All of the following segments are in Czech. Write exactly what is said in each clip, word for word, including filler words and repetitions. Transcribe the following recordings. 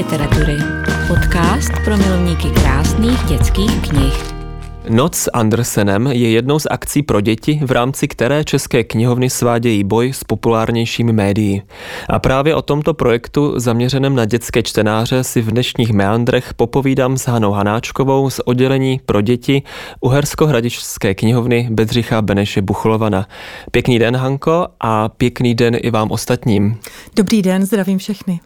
literatury. Podcast pro milovníky krásných dětských knih. Noc s Andersenem je jednou z akcí pro děti, v rámci které české knihovny svádějí boj s populárnějšími médii. A právě o tomto projektu zaměřeném na dětské čtenáře si v dnešních meandrech popovídám s Hanou Hanáčkovou z oddělení pro děti Uherskohradišťské knihovny Bedřicha Beneše Buchlovana. Pěkný den, Hanko, a pěkný den i vám ostatním. Dobrý den, zdravím všechny.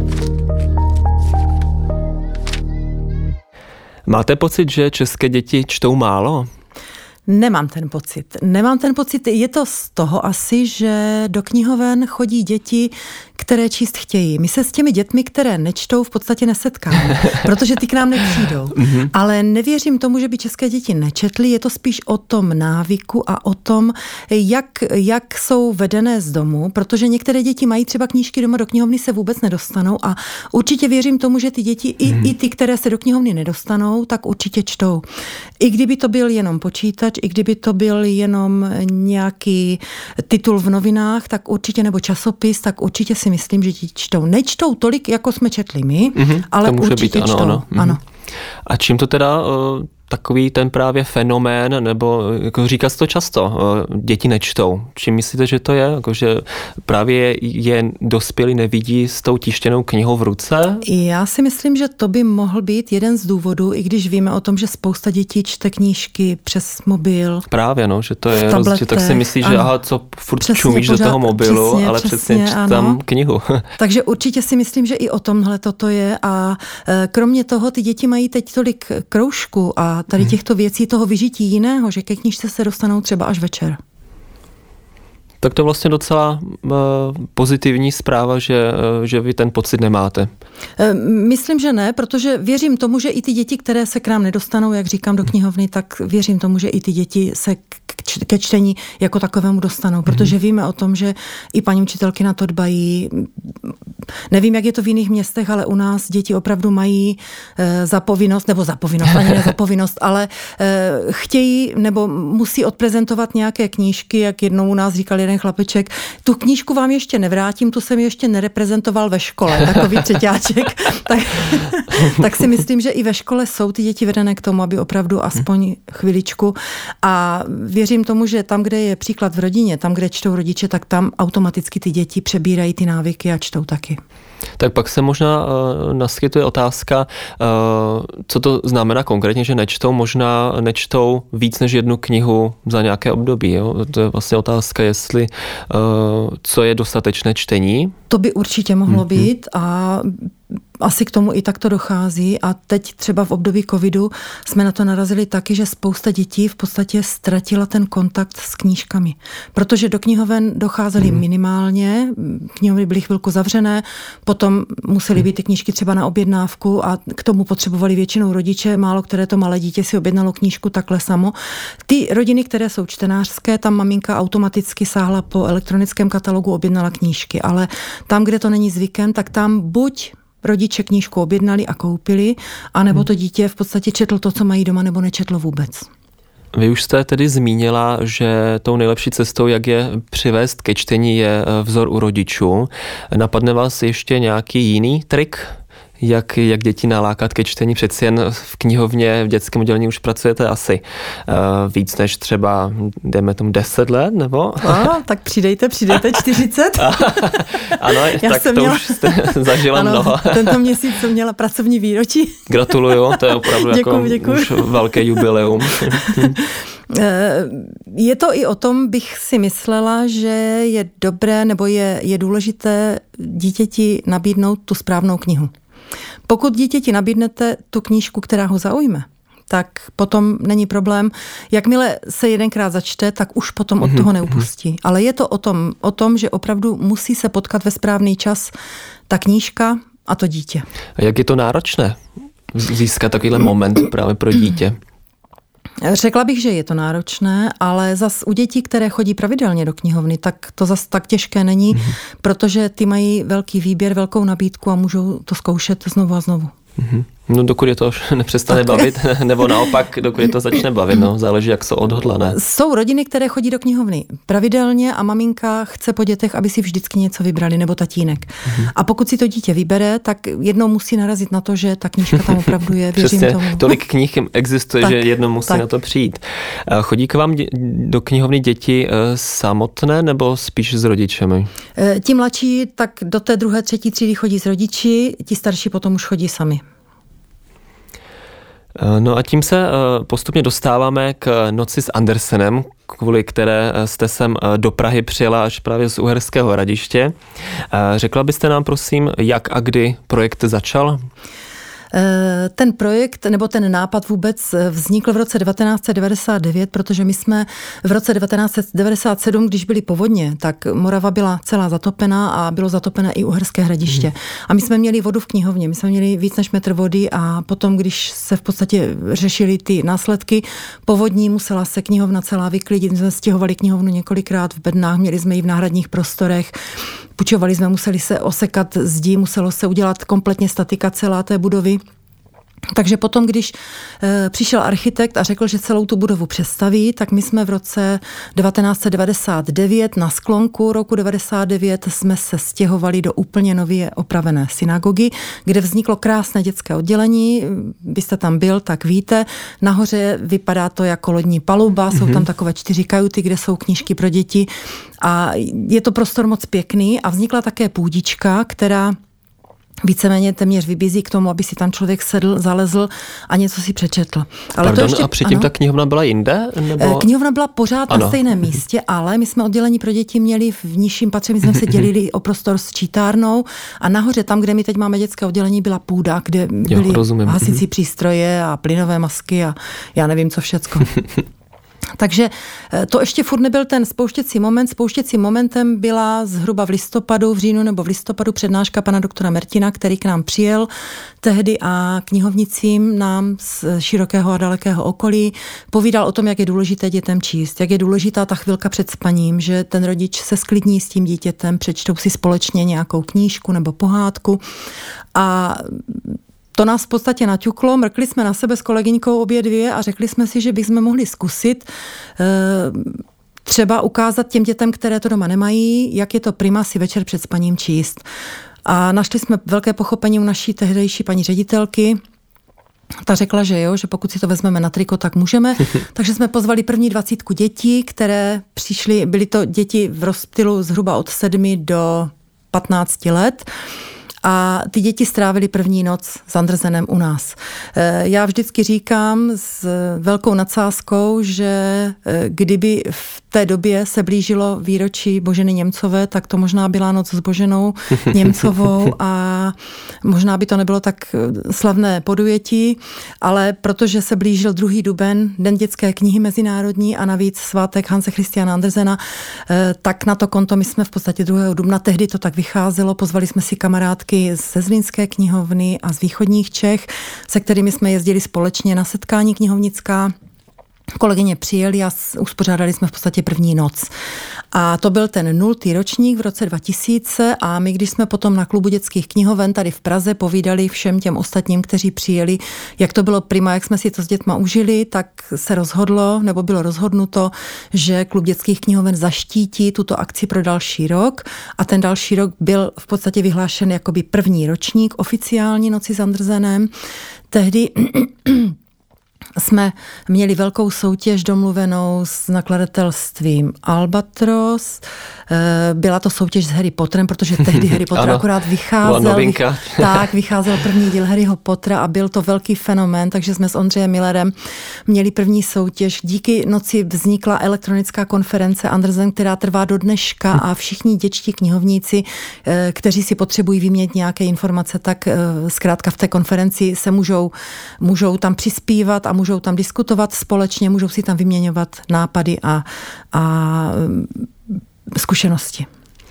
Máte pocit, že české děti čtou málo? Nemám ten pocit. Nemám ten pocit. Je to z toho asi, že do knihoven chodí děti, které číst chtějí. My se s těmi dětmi, které nečtou, v podstatě nesetkáme, protože ty k nám nepřijdou. Mm-hmm. Ale nevěřím tomu, že by české děti nečetly. Je to spíš o tom návyku a o tom, jak, jak jsou vedené z domu, protože některé děti mají třeba knížky doma, do knihovny se vůbec nedostanou a určitě věřím tomu, že ty děti, mm-hmm. i, i ty, které se do knihovny nedostanou, tak určitě čtou. I kdyby to byl jenom počítač, i kdyby to byl jenom nějaký titul v novinách, tak určitě, nebo časopis, tak určitě si myslím, že ti čtou. Nečtou tolik, jako jsme četli my, mm-hmm, ale určitě být, čtou. Ano, ano. ano. A čím to teda uh, takový ten právě fenomén, nebo jako říká se to často, uh, děti nečtou. Čím myslíte, že to je? Jako, že právě je dospělí nevidí s tou tištěnou knihou v ruce? Já si myslím, že to by mohl být jeden z důvodů, i když víme o tom, že spousta dětí čte knížky přes mobil. Právě, no, že to je rozdíl, tak si myslí, že ano, aha, co furt přesně, čumíš pořád, do toho mobilu, přesně, ale přesně, přesně čtám knihu. Takže určitě si myslím, že i o tomhle toto je a kromě toho ty děti mají teď tolik kroužků a tady těchto věcí, toho vyžití jiného, že ke knížce se dostanou třeba až večer. Tak to je vlastně docela uh, pozitivní zpráva, že, uh, že vy ten pocit nemáte. Myslím, že ne, protože věřím tomu, že i ty děti, které se k nám nedostanou, jak říkám, do knihovny, tak věřím tomu, že i ty děti se ke čtení jako takovému dostanou, protože víme o tom, že i paní učitelky na to dbají. Nevím, jak je to v jiných městech, ale u nás děti opravdu mají e, za povinnost, nebo za povinnost, ani ne za povinnost, ale e, chtějí nebo musí odprezentovat nějaké knížky, jak jednou u nás říkal jeden chlapeček, tu knížku vám ještě nevrátím, tu jsem ještě nereprezentoval ve škole, takový třeťáček. tak, tak si myslím, že i ve škole jsou ty děti vedené k tomu, aby opravdu aspoň chviličku a věřím tomu, že tam, kde je příklad v rodině, tam, kde čtou rodiče, tak tam automaticky ty děti přebírají ty návyky a čtou taky. Tak pak se možná uh, naskytuje otázka, uh, co to znamená konkrétně, že nečtou, možná nečtou víc než jednu knihu za nějaké období. Jo? To je vlastně otázka, jestli uh, co je dostatečné čtení. To by určitě mohlo mm-hmm. být a asi k tomu i takto dochází a teď třeba v období covidu jsme na to narazili taky, že spousta dětí v podstatě ztratila ten kontakt s knížkami, protože do knihoven docházely mm. minimálně, knihovny byly chvilku zavřené, potom musely být ty knížky třeba na objednávku a k tomu potřebovali většinou rodiče, málo které to malé dítě si objednalo knížku takhle samo. Ty rodiny, které jsou čtenářské, tam maminka automaticky sáhla po elektronickém katalogu, objednala knížky, ale tam, kde to není zvykem, tak tam buď rodiče knížku objednali a koupili, anebo to dítě v podstatě četlo to, co mají doma, nebo nečetlo vůbec. Vy už jste tedy zmínila, že tou nejlepší cestou, jak je přivést ke čtení, je vzor u rodičů. Napadne vás ještě nějaký jiný trik? Jak, jak děti nalákat ke čtení? Přeci jen v knihovně, v dětském oddělení už pracujete asi uh, víc než třeba, dejme tomu deset let, nebo? A, tak přidejte, přidejte čtyřicet. Ano, Já tak to měla... už jste zažila ano, mnoho. Tento měsíc jsem měla pracovní výročí. Gratuluju, to je opravdu děkuju, jako děkuju. už velké jubileum. Je to i o tom, bych si myslela, že je dobré nebo je, je důležité dítěti nabídnout tu správnou knihu. Pokud dítěti nabídnete tu knížku, která ho zaujme, tak potom není problém. Jakmile se jedenkrát začte, tak už potom od toho neupustí. Ale je to o tom, o tom, že opravdu musí se potkat ve správný čas ta knížka a to dítě. A jak je to náročné získat takovýhle moment právě pro dítě? Řekla bych, že je to náročné, ale zas u dětí, které chodí pravidelně do knihovny, tak to zas tak těžké není, mm-hmm. protože ty mají velký výběr, velkou nabídku a můžou to zkoušet znovu a znovu. Mm-hmm. No dokud je to nepřestane tak bavit, nebo naopak, dokud je to začne bavit, no, záleží, jak jsou odhodlané. Jsou rodiny, které chodí do knihovny pravidelně a maminka chce po dětech, aby si vždycky něco vybrali, nebo tatínek. Mm-hmm. A pokud si to dítě vybere, tak jednou musí narazit na to, že ta knížka tam opravdu je, věřím Přesně, tomu. Tolik knih existuje, tak, že jednou musí tak. na to přijít. Chodí k vám dě- do knihovny děti samotné, nebo spíš s rodičemi? Ti mladší tak do té druhé, třetí třídy chodí s rodiči, ti starší potom už chodí sami. No a tím se postupně dostáváme k Noci s Andersenem, kvůli které jste sem do Prahy přijela až právě z Uherského Hradiště. Řekla byste nám prosím, jak a kdy projekt začal? Ten projekt nebo ten nápad vůbec vznikl v roce devatenáct set devadesát devět, protože my jsme v roce devatenáct set devadesát sedm, když byly povodně, tak Morava byla celá zatopená a bylo zatopené i Uherské Hradiště. A my jsme měli vodu v knihovně, my jsme měli víc než metr vody a potom, když se v podstatě řešily ty následky povodní, musela se knihovna celá vyklidit. My jsme stěhovali knihovnu několikrát v Bednách, měli jsme ji v náhradních prostorech. Půjčovali jsme, museli se osekat zdi, muselo se udělat kompletně statika celá té budovy. Takže potom, když e, přišel architekt a řekl, že celou tu budovu přestaví, tak my jsme v roce devatenáct set devadesát devět na sklonku roku devadesát devět jsme se stěhovali do úplně nově opravené synagogy, kde vzniklo krásné dětské oddělení. Byste tam byl, tak víte. Nahoře vypadá to jako lodní paluba, mm-hmm. jsou tam takové čtyři kajuty, kde jsou knížky pro děti a je to prostor moc pěkný a vznikla také půdička, která víceméně téměř vybízí k tomu, aby si tam člověk sedl, zalezl a něco si přečetl. Ale Pardon, to ještě, a předtím ano, ta knihovna byla jinde? Nebo? Knihovna byla pořád ano. na stejném místě, ale my jsme oddělení pro děti měli v nižším patře, my jsme se dělili o prostor s čítárnou a nahoře, tam, kde my teď máme dětské oddělení, byla půda, kde byly hasicí přístroje a plynové masky a já nevím, co všecko. Takže to ještě furt nebyl ten spouštěcí moment. Spouštěcí momentem byla zhruba v listopadu, v říjnu nebo v listopadu přednáška pana doktora Mertina, který k nám přijel tehdy a knihovnicím nám z širokého a dalekého okolí povídal o tom, jak je důležité dětem číst, jak je důležitá ta chvilka před spaním, že ten rodič se sklidní s tím dítětem, přečtou si společně nějakou knížku nebo pohádku a to nás v podstatě naťuklo, mrkli jsme na sebe s kolegyňkou obě dvě a řekli jsme si, že bychom mohli zkusit e, třeba ukázat těm dětem, které to doma nemají, jak je to prima si večer před spaním číst. A našli jsme velké pochopení u naší tehdejší paní ředitelky. Ta řekla, že jo, že pokud si to vezmeme na triko, tak můžeme. Takže jsme pozvali první dvacítku dětí, které přišly, byly to děti v rozptylu zhruba od sedmi do patnácti let. A ty děti strávily první noc s Andersenem u nás. Já vždycky říkám s velkou nadsázkou, že kdyby v té době se blížilo výročí Boženy Němcové, tak to možná byla noc s Boženou Němcovou a možná by to nebylo tak slavné podujetí, ale protože se blížil druhý duben, Den dětské knihy mezinárodní a navíc svátek Hanse Christiana Andersena, tak na to konto my jsme v podstatě druhého dubna, tehdy to tak vycházelo, pozvali jsme si kamarádky ze Zlínské knihovny a z východních Čech, se kterými jsme jezdili společně na setkání knihovnická. Kolegyně přijeli a uspořádali jsme v podstatě první noc. A to byl ten nultý ročník v roce dva tisíce a my, když jsme potom na klubu dětských knihoven tady v Praze povídali všem těm ostatním, kteří přijeli, jak to bylo prima, jak jsme si to s dětma užili, tak se rozhodlo, nebo bylo rozhodnuto, že klub dětských knihoven zaštítí tuto akci pro další rok a ten další rok byl v podstatě vyhlášen jakoby první ročník oficiální Noci s Andersenem. Tehdy jsme měli velkou soutěž domluvenou s nakladatelstvím Albatros. Byla to soutěž s Harry Potterem, protože tehdy Harry Potter ano, akorát vycházel. Tak, vycházel první díl Harryho Pottera a byl to velký fenomén, takže jsme s Ondřejem Millerem měli první soutěž. Díky noci vznikla elektronická konference Andersen, která trvá do dneška a všichni dětští knihovníci, kteří si potřebují vyměnit nějaké informace, tak zkrátka v té konferenci se můžou, můžou tam přispívat a můžou tam diskutovat společně, můžou si tam vyměňovat nápady a, a zkušenosti.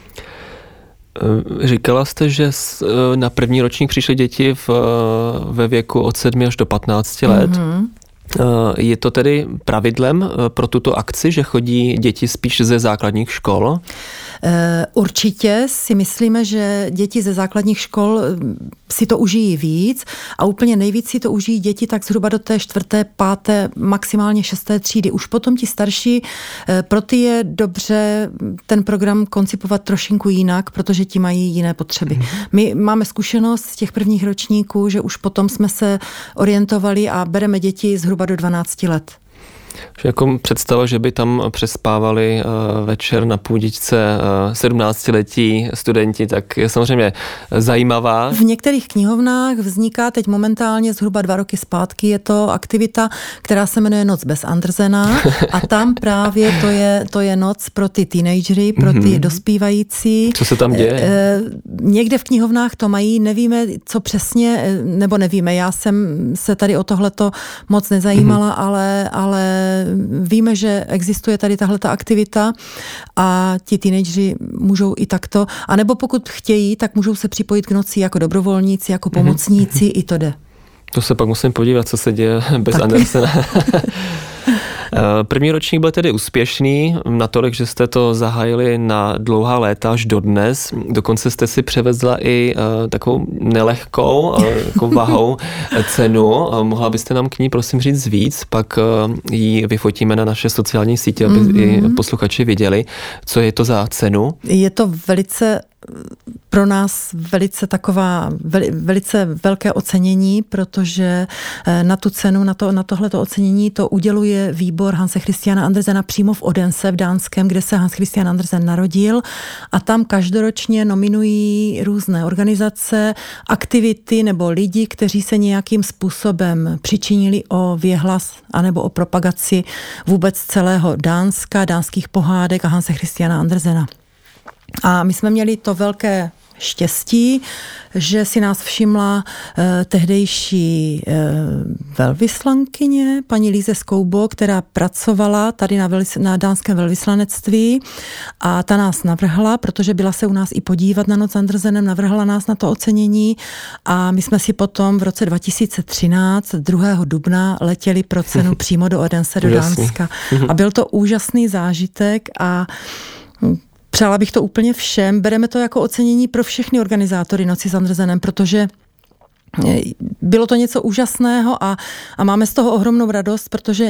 Říkala jste, že na první ročník přišly děti v, ve věku od sedmi až do patnácti let. Mm-hmm. Je to tedy pravidlem pro tuto akci, že chodí děti spíš ze základních škol? Určitě si myslíme, že děti ze základních škol si to užijí víc a úplně nejvíc si to užijí děti tak zhruba do té čtvrté, páté, maximálně šesté třídy. Už potom ti starší, pro ty je dobře ten program koncipovat trošinku jinak, protože ti mají jiné potřeby. My máme zkušenost z těch prvních ročníků, že už potom jsme se orientovali a bereme děti zhruba do dvanácti let. Jako představa, že by tam přespávali uh, večer na půdičce uh, sedmnáctiletí studenti, tak je samozřejmě zajímavá. V některých knihovnách vzniká teď momentálně zhruba dva roky zpátky, je to aktivita, která se jmenuje Noc bez Andersena a tam právě to je, to je noc pro ty teenagery, pro ty mm-hmm. dospívající. Co se tam děje? E, někde v knihovnách to mají, nevíme, co přesně, nebo nevíme, já jsem se tady o tohleto moc nezajímala, mm-hmm. ale, ale víme, že existuje tady tahleta aktivita a ti teenageři můžou i takto, anebo pokud chtějí, tak můžou se připojit k noci jako dobrovolníci, jako pomocníci, mm-hmm. i to jde. To se pak musím podívat, co se děje bez tak. Andersena. První ročník byl tedy úspěšný, natolik, že jste to zahájili na dlouhá léta až dodnes. Dokonce jste si převezla i uh, takovou nelehkou, uh, jako vahou cenu. Uh, mohla byste nám k ní prosím říct víc, pak uh, ji vyfotíme na naše sociální sítě, aby mm-hmm. i posluchači viděli, co je to za cenu. Je to velice pro nás velice taková, veli, velice velké ocenění, protože na tu cenu, na, to, na tohleto ocenění to uděluje výbor Hanse Christiana Andersena přímo v Odense v Dánském, kde se Hans Christian Andersen narodil a tam každoročně nominují různé organizace, aktivity nebo lidi, kteří se nějakým způsobem přičinili o věhlas anebo o propagaci vůbec celého Dánska, dánských pohádek a Hanse Christiana Andersena. A my jsme měli to velké štěstí, že si nás všimla eh, tehdejší eh, velvyslankyně, paní Lise Skoubo, která pracovala tady na, velis, na dánském velvyslanectví a ta nás navrhla, protože byla se u nás i podívat na Noc s Andersenem, navrhla nás na to ocenění a my jsme si potom v roce dva tisíce třináct druhého dubna letěli pro cenu přímo do Odense, do Dánska. A byl to úžasný zážitek a přála bych to úplně všem. Bereme to jako ocenění pro všechny organizátory Noci s Andersenem, protože bylo to něco úžasného a, a máme z toho ohromnou radost, protože,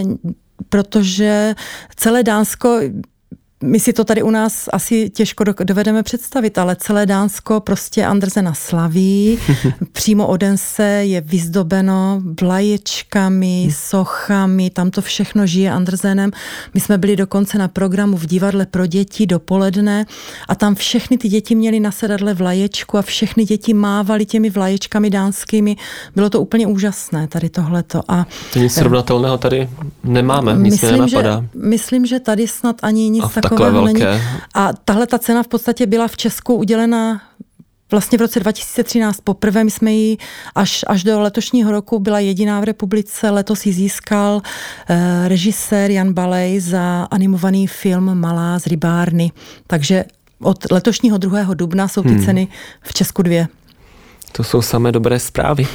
protože celé Dánsko, my si to tady u nás asi těžko dovedeme představit, ale celé Dánsko prostě Andersena slaví. Přímo Odense je vyzdobeno vlaječkami, sochami, tam to všechno žije Andersenem. My jsme byli dokonce na programu v divadle pro děti dopoledne a tam všechny ty děti měly na sedadle vlaječku a všechny děti mávali těmi vlaječkami dánskými. Bylo to úplně úžasné tady tohleto. A to nic srovnatelného tady nemáme, nic myslím, mě nenapadá. Že, myslím, že tady snad ani nic takového není. A tahle ta cena v podstatě byla v Česku udělena vlastně v roce dva tisíce třináct poprvé. My jsme ji až, až do letošního roku byla jediná v republice. Letos ji získal eh, režisér Jan Balej za animovaný film Malá z rybárny. Takže od letošního druhého dubna jsou ty hmm. ceny v Česku dvě. To jsou samé dobré zprávy.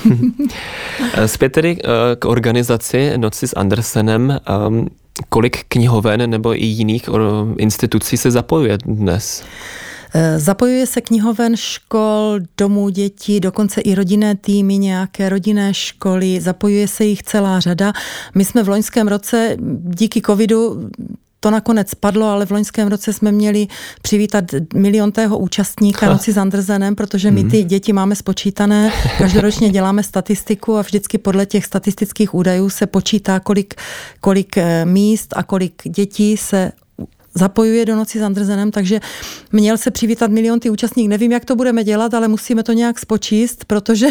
Zpět tedy k organizaci Noci s Andersenem. Kolik knihoven nebo i jiných institucí se zapojuje dnes? Zapojuje se knihoven, škol, domů dětí, dokonce i rodinné týmy, nějaké rodinné školy, zapojuje se jich celá řada. My jsme v loňském roce díky covidu to nakonec padlo, ale v loňském roce jsme měli přivítat miliontého účastníka Noci s Andersenem, protože my ty děti máme spočítané. Každoročně děláme statistiku a vždycky podle těch statistických údajů se počítá, kolik, kolik míst a kolik dětí se zapojuje do Noci s Andersenem, takže měl se přivítat milion ty účastník. Nevím, jak to budeme dělat, ale musíme to nějak spočíst, protože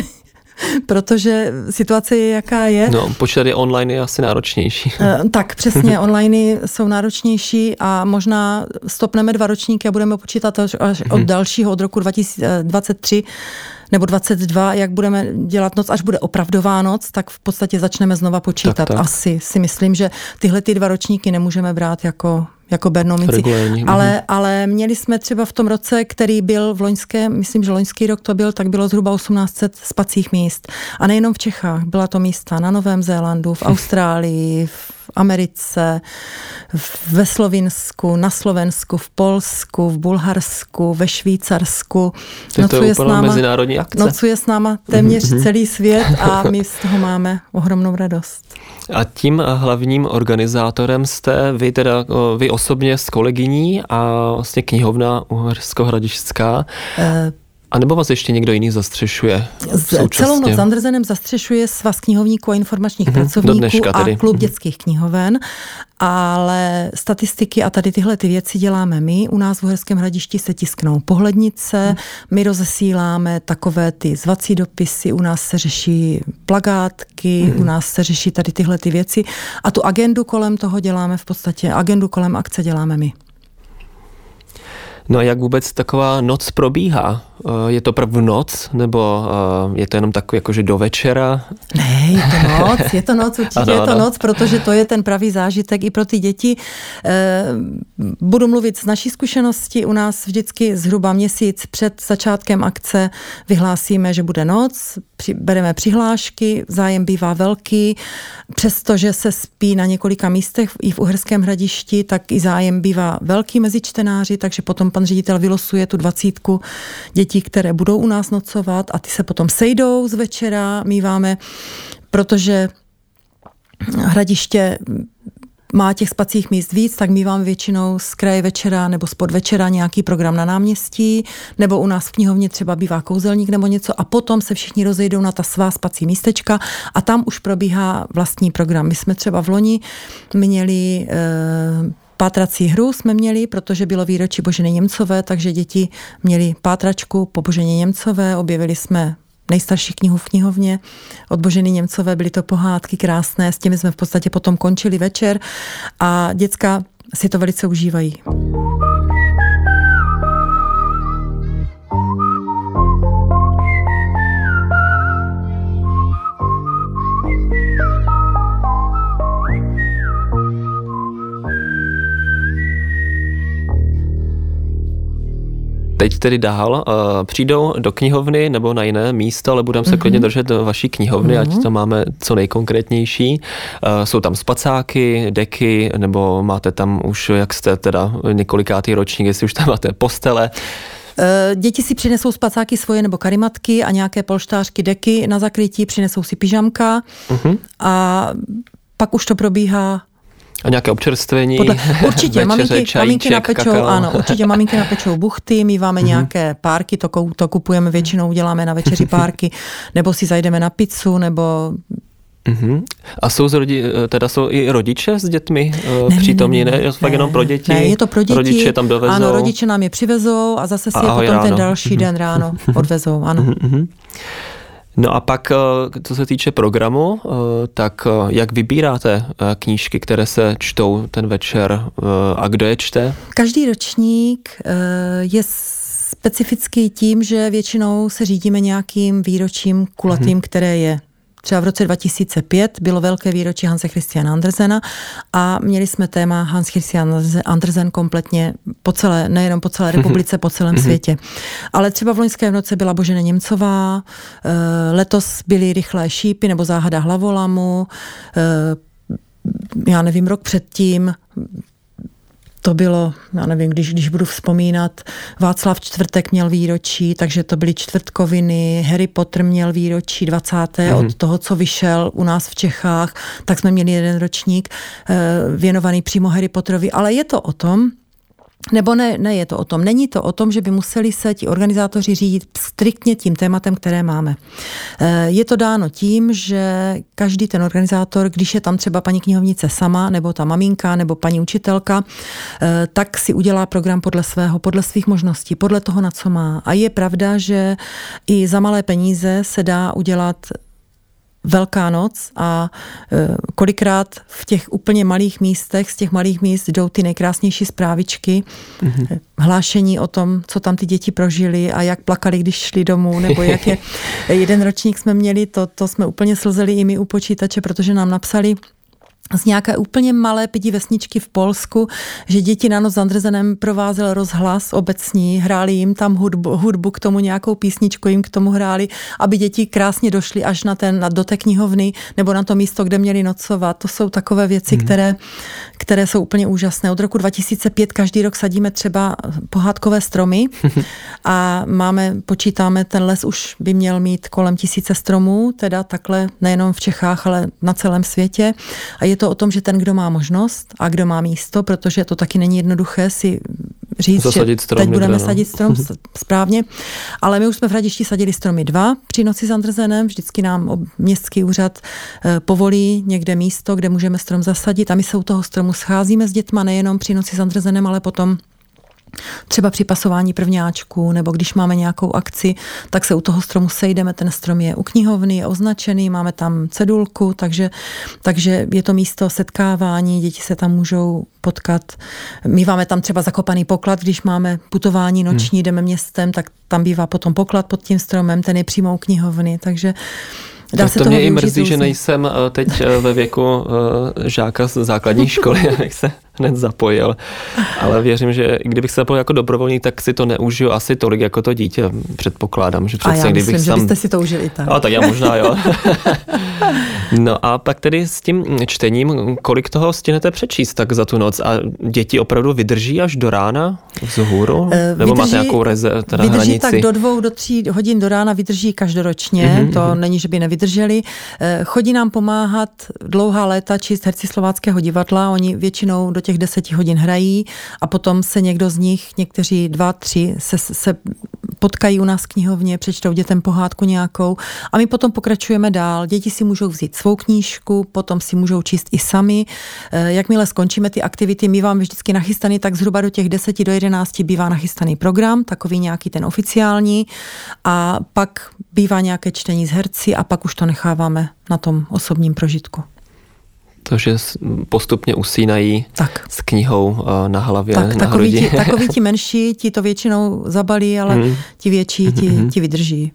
protože situace je, jaká je. No, počítat je online je asi náročnější. Tak, přesně, online jsou náročnější a možná stopneme dva ročníky a budeme počítat až od dalšího, od roku dva tisíce dvacet tři nebo dvacet dva, jak budeme dělat noc, až bude opravdová noc, tak v podstatě začneme znova počítat. Tak, tak. Asi si myslím, že tyhle ty dva ročníky nemůžeme brát jako jako bernominci. Ale, ale měli jsme třeba v tom roce, který byl v loňském, myslím, že loňský rok to byl, tak bylo zhruba osmnáct set spacích míst. A nejenom v Čechách, byla to místa na Novém Zélandu, v Austrálii, v v Americe, ve Slovinsku, na Slovensku, v Polsku, v Bulharsku, ve Švýcarsku. To je úplná mezinárodní akce. Nocuje s náma téměř celý svět a my z toho máme ohromnou radost. A tím hlavním organizátorem jste vy teda, vy osobně s kolegyní a vlastně knihovna Uhersko-Hradišťská. E- A nebo vás ještě někdo jiný zastřešuje současně? Celou noc s Andrzenem zastřešuje Svaz knihovníků a informačních mm-hmm, pracovníků a klub mm-hmm. dětských knihoven, ale statistiky a tady tyhle ty věci děláme my. U nás v Uherském Hradišti se tisknou pohlednice, mm. my rozesíláme takové ty zvací dopisy, u nás se řeší plakátky, mm. u nás se řeší tady tyhle ty věci a tu agendu kolem toho děláme v podstatě, agendu kolem akce děláme my. No a jak vůbec taková noc probíhá? Je to prv noc, nebo je to jenom takový jakože do večera? Ne, je to noc, je to noc, určitě ano, je to ano. noc, protože to je ten pravý zážitek i pro ty děti. Budu mluvit z naší zkušenosti, u nás vždycky zhruba měsíc před začátkem akce vyhlásíme, že bude noc, bereme přihlášky, zájem bývá velký, přestože se spí na několika místech i v Uherském Hradišti, tak i zájem bývá velký mezi čtenáři, takže potom pan ředitel vylosuje tu dvacítku dětí, které budou u nás nocovat a ty se potom sejdou z večera, míváme, protože Hradiště má těch spacích míst víc, tak míváme většinou z kraje večera nebo z podvečera nějaký program na náměstí, nebo u nás v knihovně třeba bývá kouzelník nebo něco a potom se všichni rozejdou na ta svá spací místečka a tam už probíhá vlastní program. My jsme třeba v loni měli e, pátrací hru jsme měli, protože bylo výročí Boženy Němcové, takže děti měli pátračku po Boženě Němcové, objevili jsme nejstarší knihu v knihovně od Boženy Němcové, byly to pohádky krásné, s těmi jsme v podstatě potom končili večer a děcka si to velice užívají. Teď tedy dál uh, přijdou do knihovny nebo na jiné místo, ale budeme se mm-hmm. klidně držet do vaší knihovny, mm-hmm. ať to máme co nejkonkrétnější. Uh, jsou tam spacáky, deky, nebo máte tam už, jak jste teda několikátý ročník, jestli už tam máte postele. Děti si přinesou spacáky svoje nebo karimatky a nějaké polštářky, deky na zakrytí, přinesou si pyžamka mm-hmm. a pak už to probíhá. A nějaké občerstvení, Podle, určitě, večeře, maminky, čajíček, maminky napečou, kakao. Ano, určitě maminky napečou buchty, my máme mm-hmm. nějaké párky, to, to kupujeme většinou, děláme na večeři párky, nebo si zajdeme na pizzu, nebo... Mm-hmm. A jsou, z rodi, teda jsou i rodiče s dětmi ne, přítomní, ne, ne, ne, ne fakt jenom pro děti? Ne, je to pro děti. Rodiče tam dovezou? Ano, rodiče nám je přivezou a zase si a je potom ráno. ten další mm-hmm. den ráno odvezou, ano. Mm-hmm. No a pak, co se týče programu, tak jak vybíráte knížky, které se čtou ten večer a kdo je čte? Každý ročník je specifický tím, že většinou se řídíme nějakým výročím kulatým, hmm. které je. Třeba v roce dva tisíce pět bylo velké výročí Hanse Christiana Andersena a měli jsme téma Hans Christian Andersen kompletně po celé, nejenom po celé republice, po celém světě. Ale třeba v loňském roce byla Božena Němcová, letos byly Rychlé šípy nebo Záhada hlavolamu, já nevím, rok předtím to bylo, já nevím, když, když budu vzpomínat, Václav Čtvrtek měl výročí, takže to byly čtvrtkoviny, Harry Potter měl výročí dvacáté Mm. od toho, co vyšel u nás v Čechách, tak jsme měli jeden ročník eh, věnovaný přímo Harry Potterovi, ale je to o tom, nebo ne, ne je to o tom. Není to o tom, že by museli se ti organizátoři řídit striktně tím tématem, které máme. Je to dáno tím, že každý ten organizátor, když je tam třeba paní knihovnice sama, nebo ta maminka, nebo paní učitelka, tak si udělá program podle svého, podle svých možností, podle toho, na co má. A je pravda, že i za malé peníze se dá udělat Velká noc a e, kolikrát v těch úplně malých místech, z těch malých míst jdou ty nejkrásnější zprávičky, mm-hmm. hlášení o tom, co tam ty děti prožili a jak plakali, když šli domů, nebo jak je. Jeden ročník jsme měli, to, to jsme úplně slzeli i my u počítače, protože nám napsali z nějaké úplně malé pidi vesničky v Polsku, že děti na noc s Andresenem provázel rozhlas obecní, hráli jim tam hudbu, hudbu k tomu, nějakou písničku jim k tomu hráli, aby děti krásně došly až na ten, na, do té knihovny nebo na to místo, kde měli nocovat. To jsou takové věci, hmm. které, které jsou úplně úžasné. Od roku dva tisíce pět každý rok sadíme třeba pohádkové stromy a máme, počítáme, ten les už by měl mít kolem tisíce stromů, teda takhle nejenom v Čechách, ale na celém světě. A je to o tom, že ten, kdo má možnost a kdo má místo, protože to taky není jednoduché si říct, zasadit že strom, teď budeme no. sadit strom správně. Ale my už jsme v Hradišti sadili stromy dva při noci s Andresenem. Vždycky nám městský úřad povolí někde místo, kde můžeme strom zasadit a my se u toho stromu scházíme s dětma nejenom při noci s Andresenem, ale potom třeba při pasování prvňáčků, nebo když máme nějakou akci, tak se u toho stromu sejdeme, ten strom je u knihovny, je označený, máme tam cedulku, takže, takže je to místo setkávání, děti se tam můžou potkat. Míváme tam třeba zakopaný poklad, když máme putování noční, hmm. jdeme městem, tak tam bývá potom poklad pod tím stromem, ten je přímo u knihovny, takže dá tak se to toho mě i mrzí, různě. že nejsem teď ve věku žáka z základní školy, abych se hned zapojil. Ale věřím, že i kdybych se zapojil jako dobrovolník, tak si to neužiju asi tolik jako to dítě. Předpokládám, že přece a já kdybych myslím, sam... že byste si to užili tak. A tak já možná, jo. No a pak tedy s tím čtením, kolik toho stihnete přečíst tak za tu noc? A děti opravdu vydrží až do rána vzhůru? Nebo vydrží, máte nějakou reze, teda vydrží hranici? tak do dvou, do tří hodin do rána vydrží každoročně. Mm-hmm. To není, že by nevydrželi. Chodí nám pomáhat dlouhá léta číst herci Slováckého divadla. Oni většinou do těch deseti hodin hrají a potom se někdo z nich, někteří dva, tři, se, se potkají u nás v knihovně, přečtou dětem pohádku nějakou a my potom pokračujeme dál. Děti si můžou vzít svou knížku, potom si můžou číst i sami. Jakmile skončíme ty aktivity, my vám vždycky nachystaný, tak zhruba do těch deseti do jedenácti bývá nachystaný program, takový nějaký ten oficiální a pak bývá nějaké čtení s herci a pak už to necháváme na tom osobním prožitku. To, že postupně usínají tak. s knihou na hlavě, tak, na takový hrudi. Ti, takový ti menší, ti to většinou zabalí, ale hmm. ti větší ti, hmm. ti vydrží.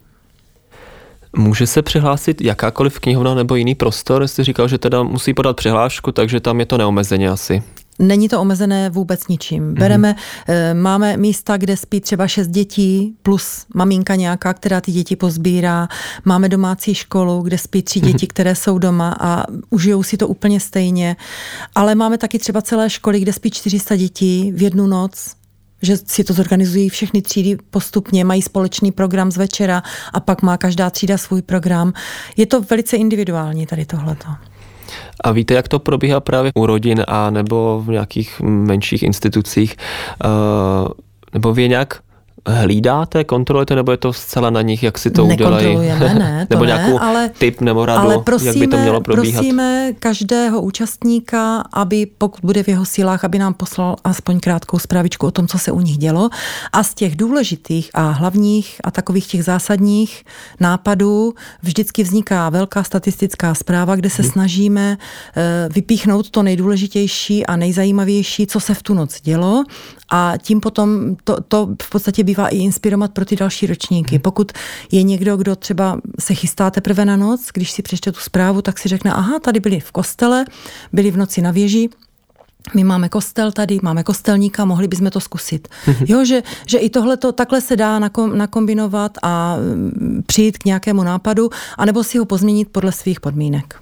Může se přihlásit jakákoliv knihovna nebo jiný prostor? Jste říkal, že teda musí podat přihlášku, takže tam je to neomezeně asi. Není to omezené vůbec ničím. Bereme, mm-hmm. máme místa, kde spí třeba šest dětí plus maminka nějaká, která ty děti pozbírá. Máme domácí školu, kde spí tři děti, které jsou doma a užijou si to úplně stejně. Ale máme taky třeba celé školy, kde spí čtyři sta dětí v jednu noc, že si to zorganizují všechny třídy postupně, mají společný program z večera a pak má každá třída svůj program. Je to velice individuální tady tohleto. A víte, jak to probíhá právě u rodin a nebo v nějakých menších institucích? Nebo vy je nějak hlídáte, kontrolujete, nebo je to zcela na nich, jak si to udělají? Nekontrolujeme, ne, to nebo ne, nějakou ale, tip nebo radu, ale prosíme, jak by to mělo probíhat? Prosíme každého účastníka, aby pokud bude v jeho silách, aby nám poslal aspoň krátkou zprávičku o tom, co se u nich dělo. A z těch důležitých a hlavních a takových těch zásadních nápadů vždycky vzniká velká statistická zpráva, kde se hmm. snažíme vypíchnout to nejdůležitější a nejzajímavější, co se v tu noc dělo. A tím potom to, to v podstatě bývá i inspirovat pro ty další ročníky. Pokud je někdo, kdo třeba se chystá teprve na noc, když si přečte tu zprávu, tak si řekne, aha, tady byli v kostele, byli v noci na věži, my máme kostel tady, máme kostelníka, mohli bychom to zkusit. Jo, že, že i tohleto takhle se dá nakom, nakombinovat a přijít k nějakému nápadu, anebo si ho pozměnit podle svých podmínek.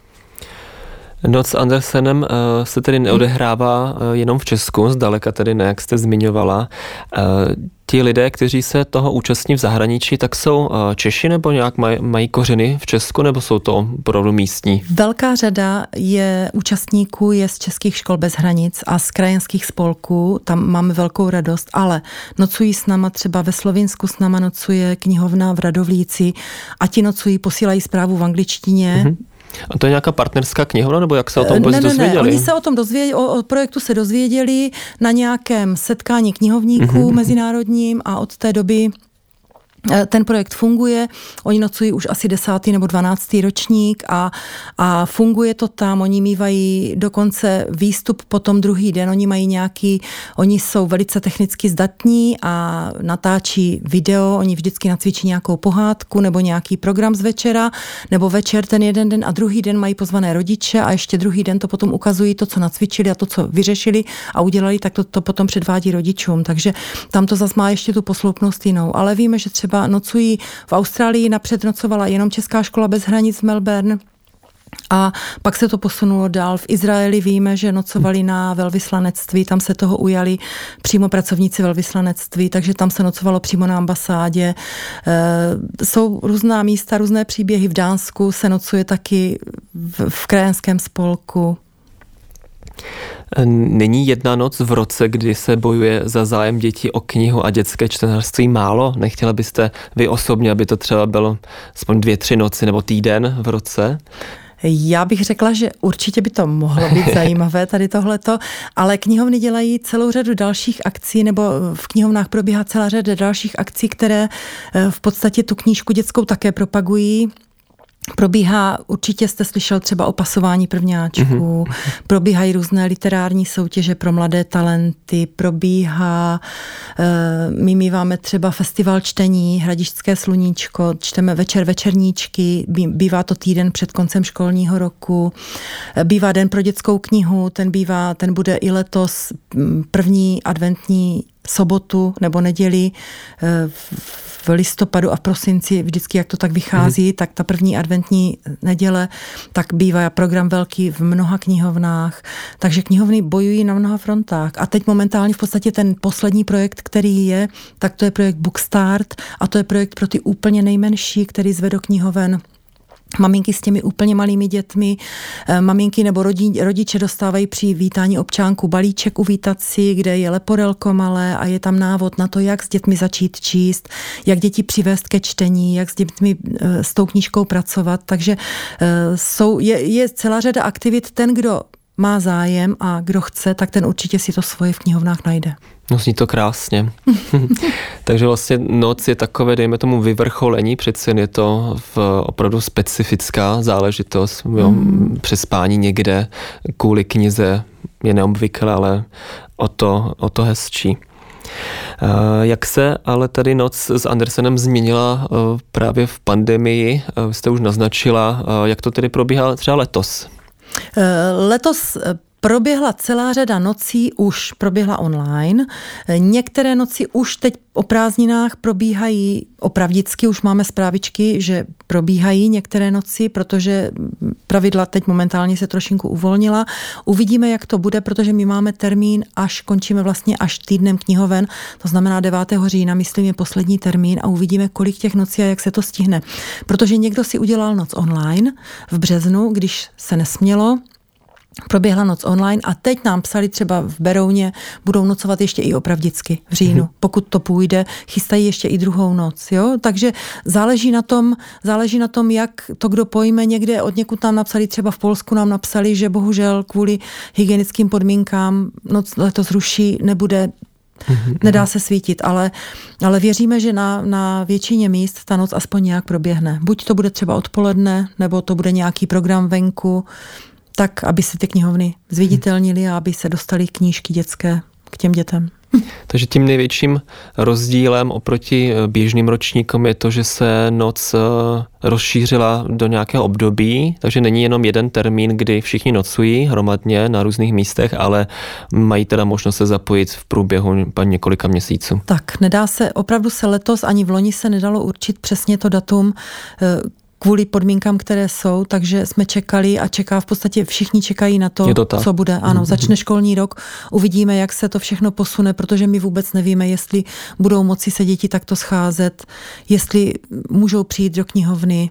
Noc s Andresenem uh, se tedy neodehrává uh, jenom v Česku, zdaleka tedy ne, jak jste zmiňovala. Uh, ti lidé, kteří se toho účastní v zahraničí, tak jsou uh, Češi nebo nějak maj, mají kořeny v Česku, nebo jsou to opravdu místní? Velká řada je účastníků je z českých škol bez hranic a z krajanských spolků, tam máme velkou radost, ale nocují s náma třeba ve Slovinsku, s náma nocuje knihovna v Radovlíci a ti nocují, posílají zprávu v angličtině. Mm-hmm. A to je nějaká partnerská knihovna, nebo jak se o tom vůbec ne, ne, dozvěděli? Ne, oni se o tom dozvěděli, o, o projektu se dozvěděli na nějakém setkání knihovníků mm-hmm. mezinárodním a od té doby Ten projekt funguje, oni nocují už asi desátý nebo dvanáctý ročník a, a funguje to tam, oni mývají dokonce výstup potom druhý den, oni mají nějaký, oni jsou velice technicky zdatní a natáčí video, oni vždycky nacvičí nějakou pohádku nebo nějaký program z večera, nebo večer ten jeden den a druhý den mají pozvané rodiče a ještě druhý den to potom ukazují to, co nacvičili a to, co vyřešili a udělali, tak to, to potom předvádí rodičům, takže tam to zase má ještě tu posloupnost jinou, ale víme, že třeba nocují v Austrálii, napřed nocovala jenom Česká škola bez hranic v Melbourne a pak se to posunulo dál. V Izraeli víme, že nocovali na velvyslanectví, tam se toho ujali přímo pracovníci velvyslanectví, takže tam se nocovalo přímo na ambasádě. E, jsou různá místa, různé příběhy. V Dánsku se nocuje taky v, v krajanském spolku. Není jedna noc v roce, kdy se bojuje za zájem dětí o knihu a dětské čtenářství málo? Nechtěla byste vy osobně, aby to třeba bylo aspoň dvě, tři noci nebo týden v roce? Já bych řekla, že určitě by to mohlo být zajímavé tady tohleto, ale knihovny dělají celou řadu dalších akcí, nebo v knihovnách probíhá celá řada dalších akcí, které v podstatě tu knížku dětskou také propagují. Probíhá, určitě jste slyšel třeba o pasování prvňáčků, mm-hmm. probíhají různé literární soutěže pro mladé talenty, probíhá, my míváme třeba festival čtení, Hradišťské sluníčko, čteme večer večerníčky, bývá to týden před koncem školního roku, bývá den pro dětskou knihu, ten bývá, ten bude i letos první adventní sobotu nebo neděli v listopadu a v prosinci, vždycky jak to tak vychází, mm. tak ta první adventní neděle, tak bývá program velký v mnoha knihovnách, takže knihovny bojují na mnoha frontách. A teď momentálně v podstatě ten poslední projekt, který je, tak to je projekt Bookstart a to je projekt pro ty úplně nejmenší, který zve do knihoven maminky s těmi úplně malými dětmi, maminky nebo rodi, rodiče dostávají při vítání občánku balíček uvítat si, kde je leporelko malé a je tam návod na to, jak s dětmi začít číst, jak děti přivést ke čtení, jak s dětmi s tou knížkou pracovat. Takže jsou, je, je celá řada aktivit. Ten, kdo má zájem a kdo chce, tak ten určitě si to svoje v knihovnách najde. No, zní to krásně. Takže vlastně noc je takové, dejme tomu, vyvrcholení, přece je to v opravdu specifická záležitost. Jo? Mm. Přespání někde kvůli knize je neobvyklé, ale o to, o to hezčí. Jak se ale tady noc s Andersenem změnila právě v pandemii? Jste už naznačila, jak to tedy probíhá třeba letos? Letos proběhla celá řada nocí, už proběhla online. Některé noci už teď o prázdninách probíhají opravdicky, už máme zprávičky, že probíhají některé noci, protože pravidla teď momentálně se trošinku uvolnila. Uvidíme, jak to bude, protože my máme termín, až končíme vlastně až týdnem knihoven, to znamená devátého října, myslím, je poslední termín a uvidíme, kolik těch nocí a jak se to stihne. Protože někdo si udělal noc online v březnu, když se nesmělo, proběhla noc online a teď nám psali třeba v Berouně, budou nocovat ještě i opravdicky v říjnu. Hmm. Pokud to půjde, chystají ještě i druhou noc. Jo? Takže záleží na tom, záleží na tom, jak to kdo pojme. Někde od někud nám napsali, třeba v Polsku nám napsali, že bohužel kvůli hygienickým podmínkám noc letos ruší, nebude, hmm. nedá se svítit, ale, ale věříme, že na, na většině míst ta noc aspoň nějak proběhne. Buď to bude třeba odpoledne, nebo to bude nějaký program venku, tak, aby se ty knihovny zviditelnily a aby se dostaly knížky dětské k těm dětem. Takže tím největším rozdílem oproti běžným ročníkům je to, že se noc rozšířila do nějakého období, takže není jenom jeden termín, kdy všichni nocují hromadně na různých místech, ale mají teda možnost se zapojit v průběhu několika měsíců. Tak, nedá se, opravdu se letos ani v loni se nedalo určit přesně to datum, kvůli podmínkám, které jsou, takže jsme čekali a čeká v podstatě všichni čekají na to, to co bude. Ano, mm-hmm. začne školní rok, uvidíme, jak se to všechno posune, protože my vůbec nevíme, jestli budou moci se děti takto scházet, jestli můžou přijít do knihovny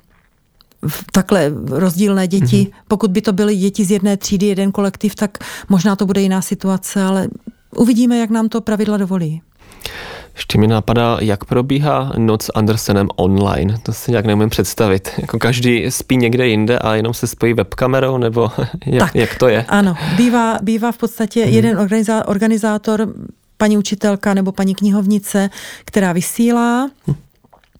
takhle rozdílné děti. Mm-hmm. Pokud by to byly děti z jedné třídy, jeden kolektiv, tak možná to bude jiná situace, ale uvidíme, jak nám to pravidla dovolí. Ještě mi napadá, jak probíhá noc s Andersenem online. To si nějak nemůžu představit. Jako každý spí někde jinde a jenom se spojí webkamerou, nebo jak, jak to je? Ano, bývá, bývá v podstatě hmm. jeden organizá, organizátor, paní učitelka nebo paní knihovnice, která vysílá. Hmm.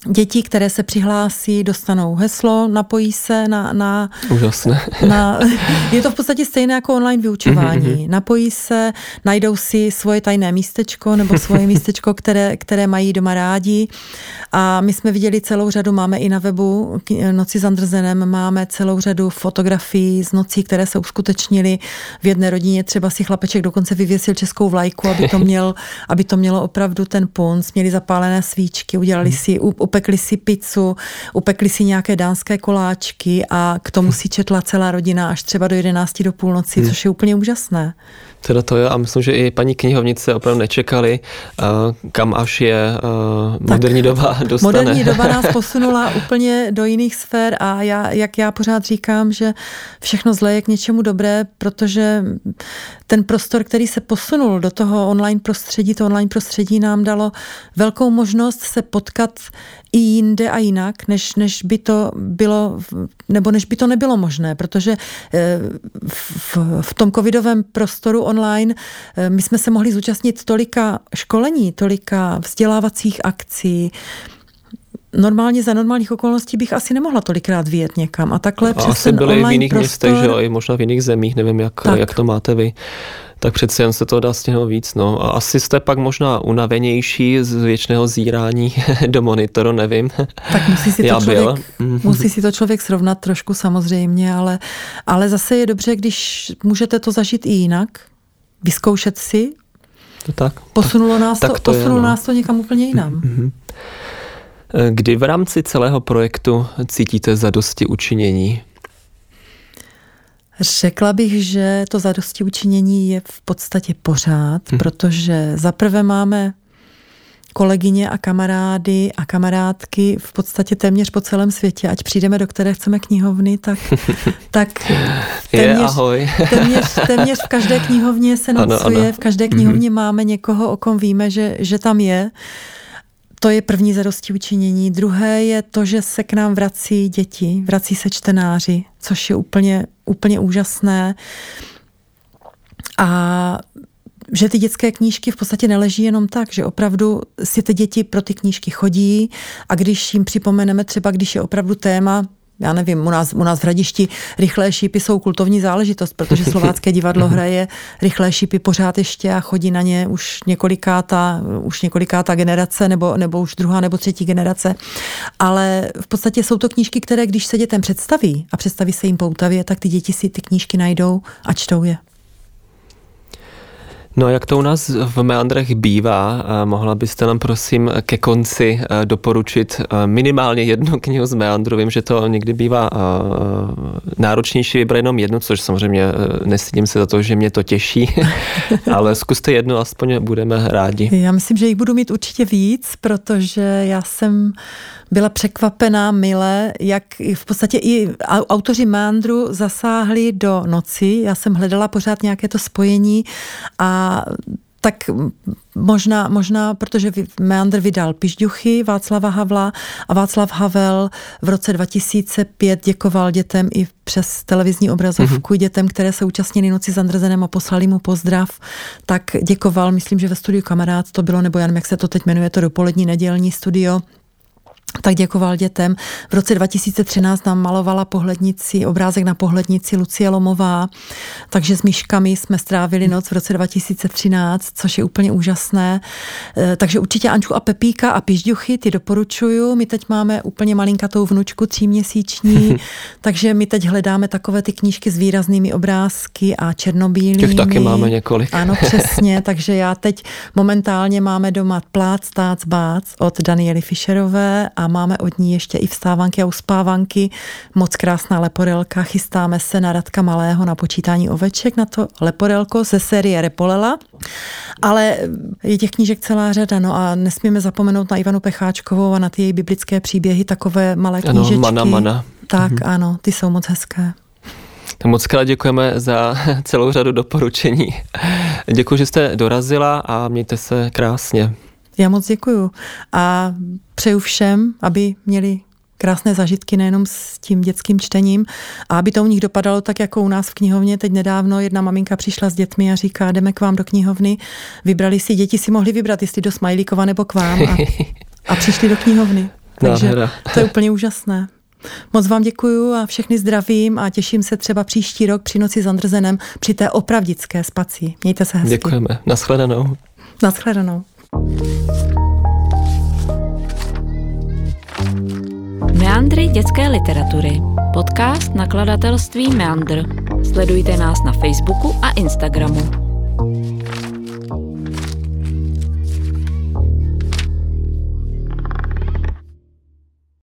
Děti, které se přihlásí, dostanou heslo, napojí se na... na Úžasné. Na, je to v podstatě stejné jako online vyučování. Napojí se, najdou si svoje tajné místečko nebo svoje místečko, které, které mají doma rádi. A my jsme viděli celou řadu, máme i na webu Noci s Andersenem, máme celou řadu fotografií z nocí, které se uskutečnily v jedné rodině. Třeba si chlapeček dokonce vyvěsil českou vlajku, aby to, měl, aby to mělo opravdu ten punc. Měli zapálené svíčky, udělali si upekli si pizzu, upekli si nějaké dánské koláčky a k tomu si četla celá rodina až třeba do jedenácti do půlnoci, hmm. což je úplně úžasné. Teda to je, a myslím, že i paní knihovnice opravdu nečekali, kam až je moderní tak, doba dostane. Moderní doba nás posunula úplně do jiných sfér a já, jak já pořád říkám, že všechno zlé je k něčemu dobré, protože ten prostor, který se posunul do toho online prostředí, to online prostředí nám dalo velkou možnost se potkat i jinde a jinak, než, než by to bylo, nebo než by to nebylo možné, protože v, v tom covidovém prostoru online my jsme se mohli zúčastnit tolika školení, tolika vzdělávacích akcí. Normálně za normálních okolností bych asi nemohla tolikrát vyjet někam. A takhle a přes asi ten byli online v jiných prostor... městech, že jo, i možná v jiných zemích, nevím, jak, jak to máte vy. Tak přece jen se to dá stihnout víc. No. A asi jste pak možná unavenější z věčného zírání do monitoru, nevím. Tak musí si, to člověk, musí si to člověk srovnat trošku samozřejmě, ale, ale zase je dobře, když můžete to zažít i jinak, vyzkoušet si. To tak. Posunulo, nás, tak to, to posunulo je, no. nás to někam úplně jinam. Mm-hmm. Kdy v rámci celého projektu cítíte zadosti učinění? Řekla bych, že to zadosti učinění je v podstatě pořád, hmm. protože zaprvé máme kolegyně a kamarády a kamarádky v podstatě téměř po celém světě. Ať přijdeme, do které chceme knihovny, tak, tak téměř, je, ahoj. téměř, téměř v každé knihovně se nocuje, ano, ano. v každé knihovně mm-hmm. máme někoho, o kom víme, že, že tam je. To je první zadosti učinění. Druhé je to, že se k nám vrací děti, vrací se čtenáři, což je úplně, úplně úžasné. A že ty dětské knížky v podstatě neleží jenom tak, že opravdu si ty děti pro ty knížky chodí a když jim připomeneme třeba, když je opravdu téma, já nevím, u nás, u nás v Hradišti rychlé šípy jsou kultovní záležitost, protože Slovácké divadlo hraje rychlé šípy pořád ještě a chodí na ně už několikátá, už několikátá generace, nebo, nebo už druhá nebo třetí generace. Ale v podstatě jsou to knížky, které když se dětem představí a představí se jim poutavě, tak ty děti si ty knížky najdou a čtou je. No a jak to u nás v Meandrech bývá, mohla byste nám prosím ke konci doporučit minimálně jednu knihu z Meandru? Vím, že to někdy bývá náročnější vybrat jenom jednu, což samozřejmě nestydím se za to, že mě to těší, ale zkuste jednu, aspoň budeme rádi. Já myslím, že jich budu mít určitě víc, protože já jsem byla překvapená mile, jak v podstatě i autoři Meandru zasáhli do noci. Já jsem hledala pořád nějaké to spojení a tak možná, možná, protože Meandr vydal Pižďuchy Václava Havla a Václav Havel v roce dva tisíce pět děkoval dětem i přes televizní obrazovku mm-hmm. dětem, které se účastnili Noci s Andersenem a poslali mu pozdrav, tak děkoval, myslím, že ve studiu Kamarád to bylo, nebo já nevím, jak se to teď jmenuje, to dopolední nedělní studio, tak děkoval dětem. V roce dva tisíce třináct nám malovala pohlednici, obrázek na pohlednici Lucie Lomová, takže s myškami jsme strávili noc v roce dva tisíce třináct, což je úplně úžasné. Takže určitě Ančku a Pepíka a Pižďuchy, ty doporučuju. My teď máme úplně malinkatou vnučku tříměsíční, takže my teď hledáme takové ty knížky s výraznými obrázky a černobílými. Těch taky máme několik. Ano, přesně, takže já teď momentálně máme doma Plác, tác, bác od Daniely Fischerové a máme od ní ještě i vstávanky a uspávanky. Moc krásná leporelka. Chystáme se na Radka Malého na počítání oveček, na to leporelko ze série Repolela. Ale je těch knížek celá řada, no a nesmíme zapomenout na Ivanu Pecháčkovou a na ty její biblické příběhy, takové malé knížečky. Ano, Mana, Mana. Tak, mhm. ano, ty jsou moc hezké. Moc krát děkujeme za celou řadu doporučení. Děkuji, že jste dorazila a mějte se krásně. Já moc děkuju a přeju všem, aby měli krásné zážitky nejenom s tím dětským čtením a aby to u nich dopadalo tak, jako u nás v knihovně. Teď nedávno jedna maminka přišla s dětmi a říká, jdeme k vám do knihovny. Vybrali si, děti si mohli vybrat, jestli do Smajlíkova nebo k vám a, a přišli do knihovny. Takže Nádhera. to je úplně úžasné. Moc vám děkuju a všechny zdravím a těším se třeba příští rok při Noci s Andersenem při té opravdické spací. Mějte se hezky. Děkujeme. Naschledanou. Naschledanou. Meandry dětské literatury. Podcast nakladatelství Meandr. Sledujte nás na Facebooku a Instagramu.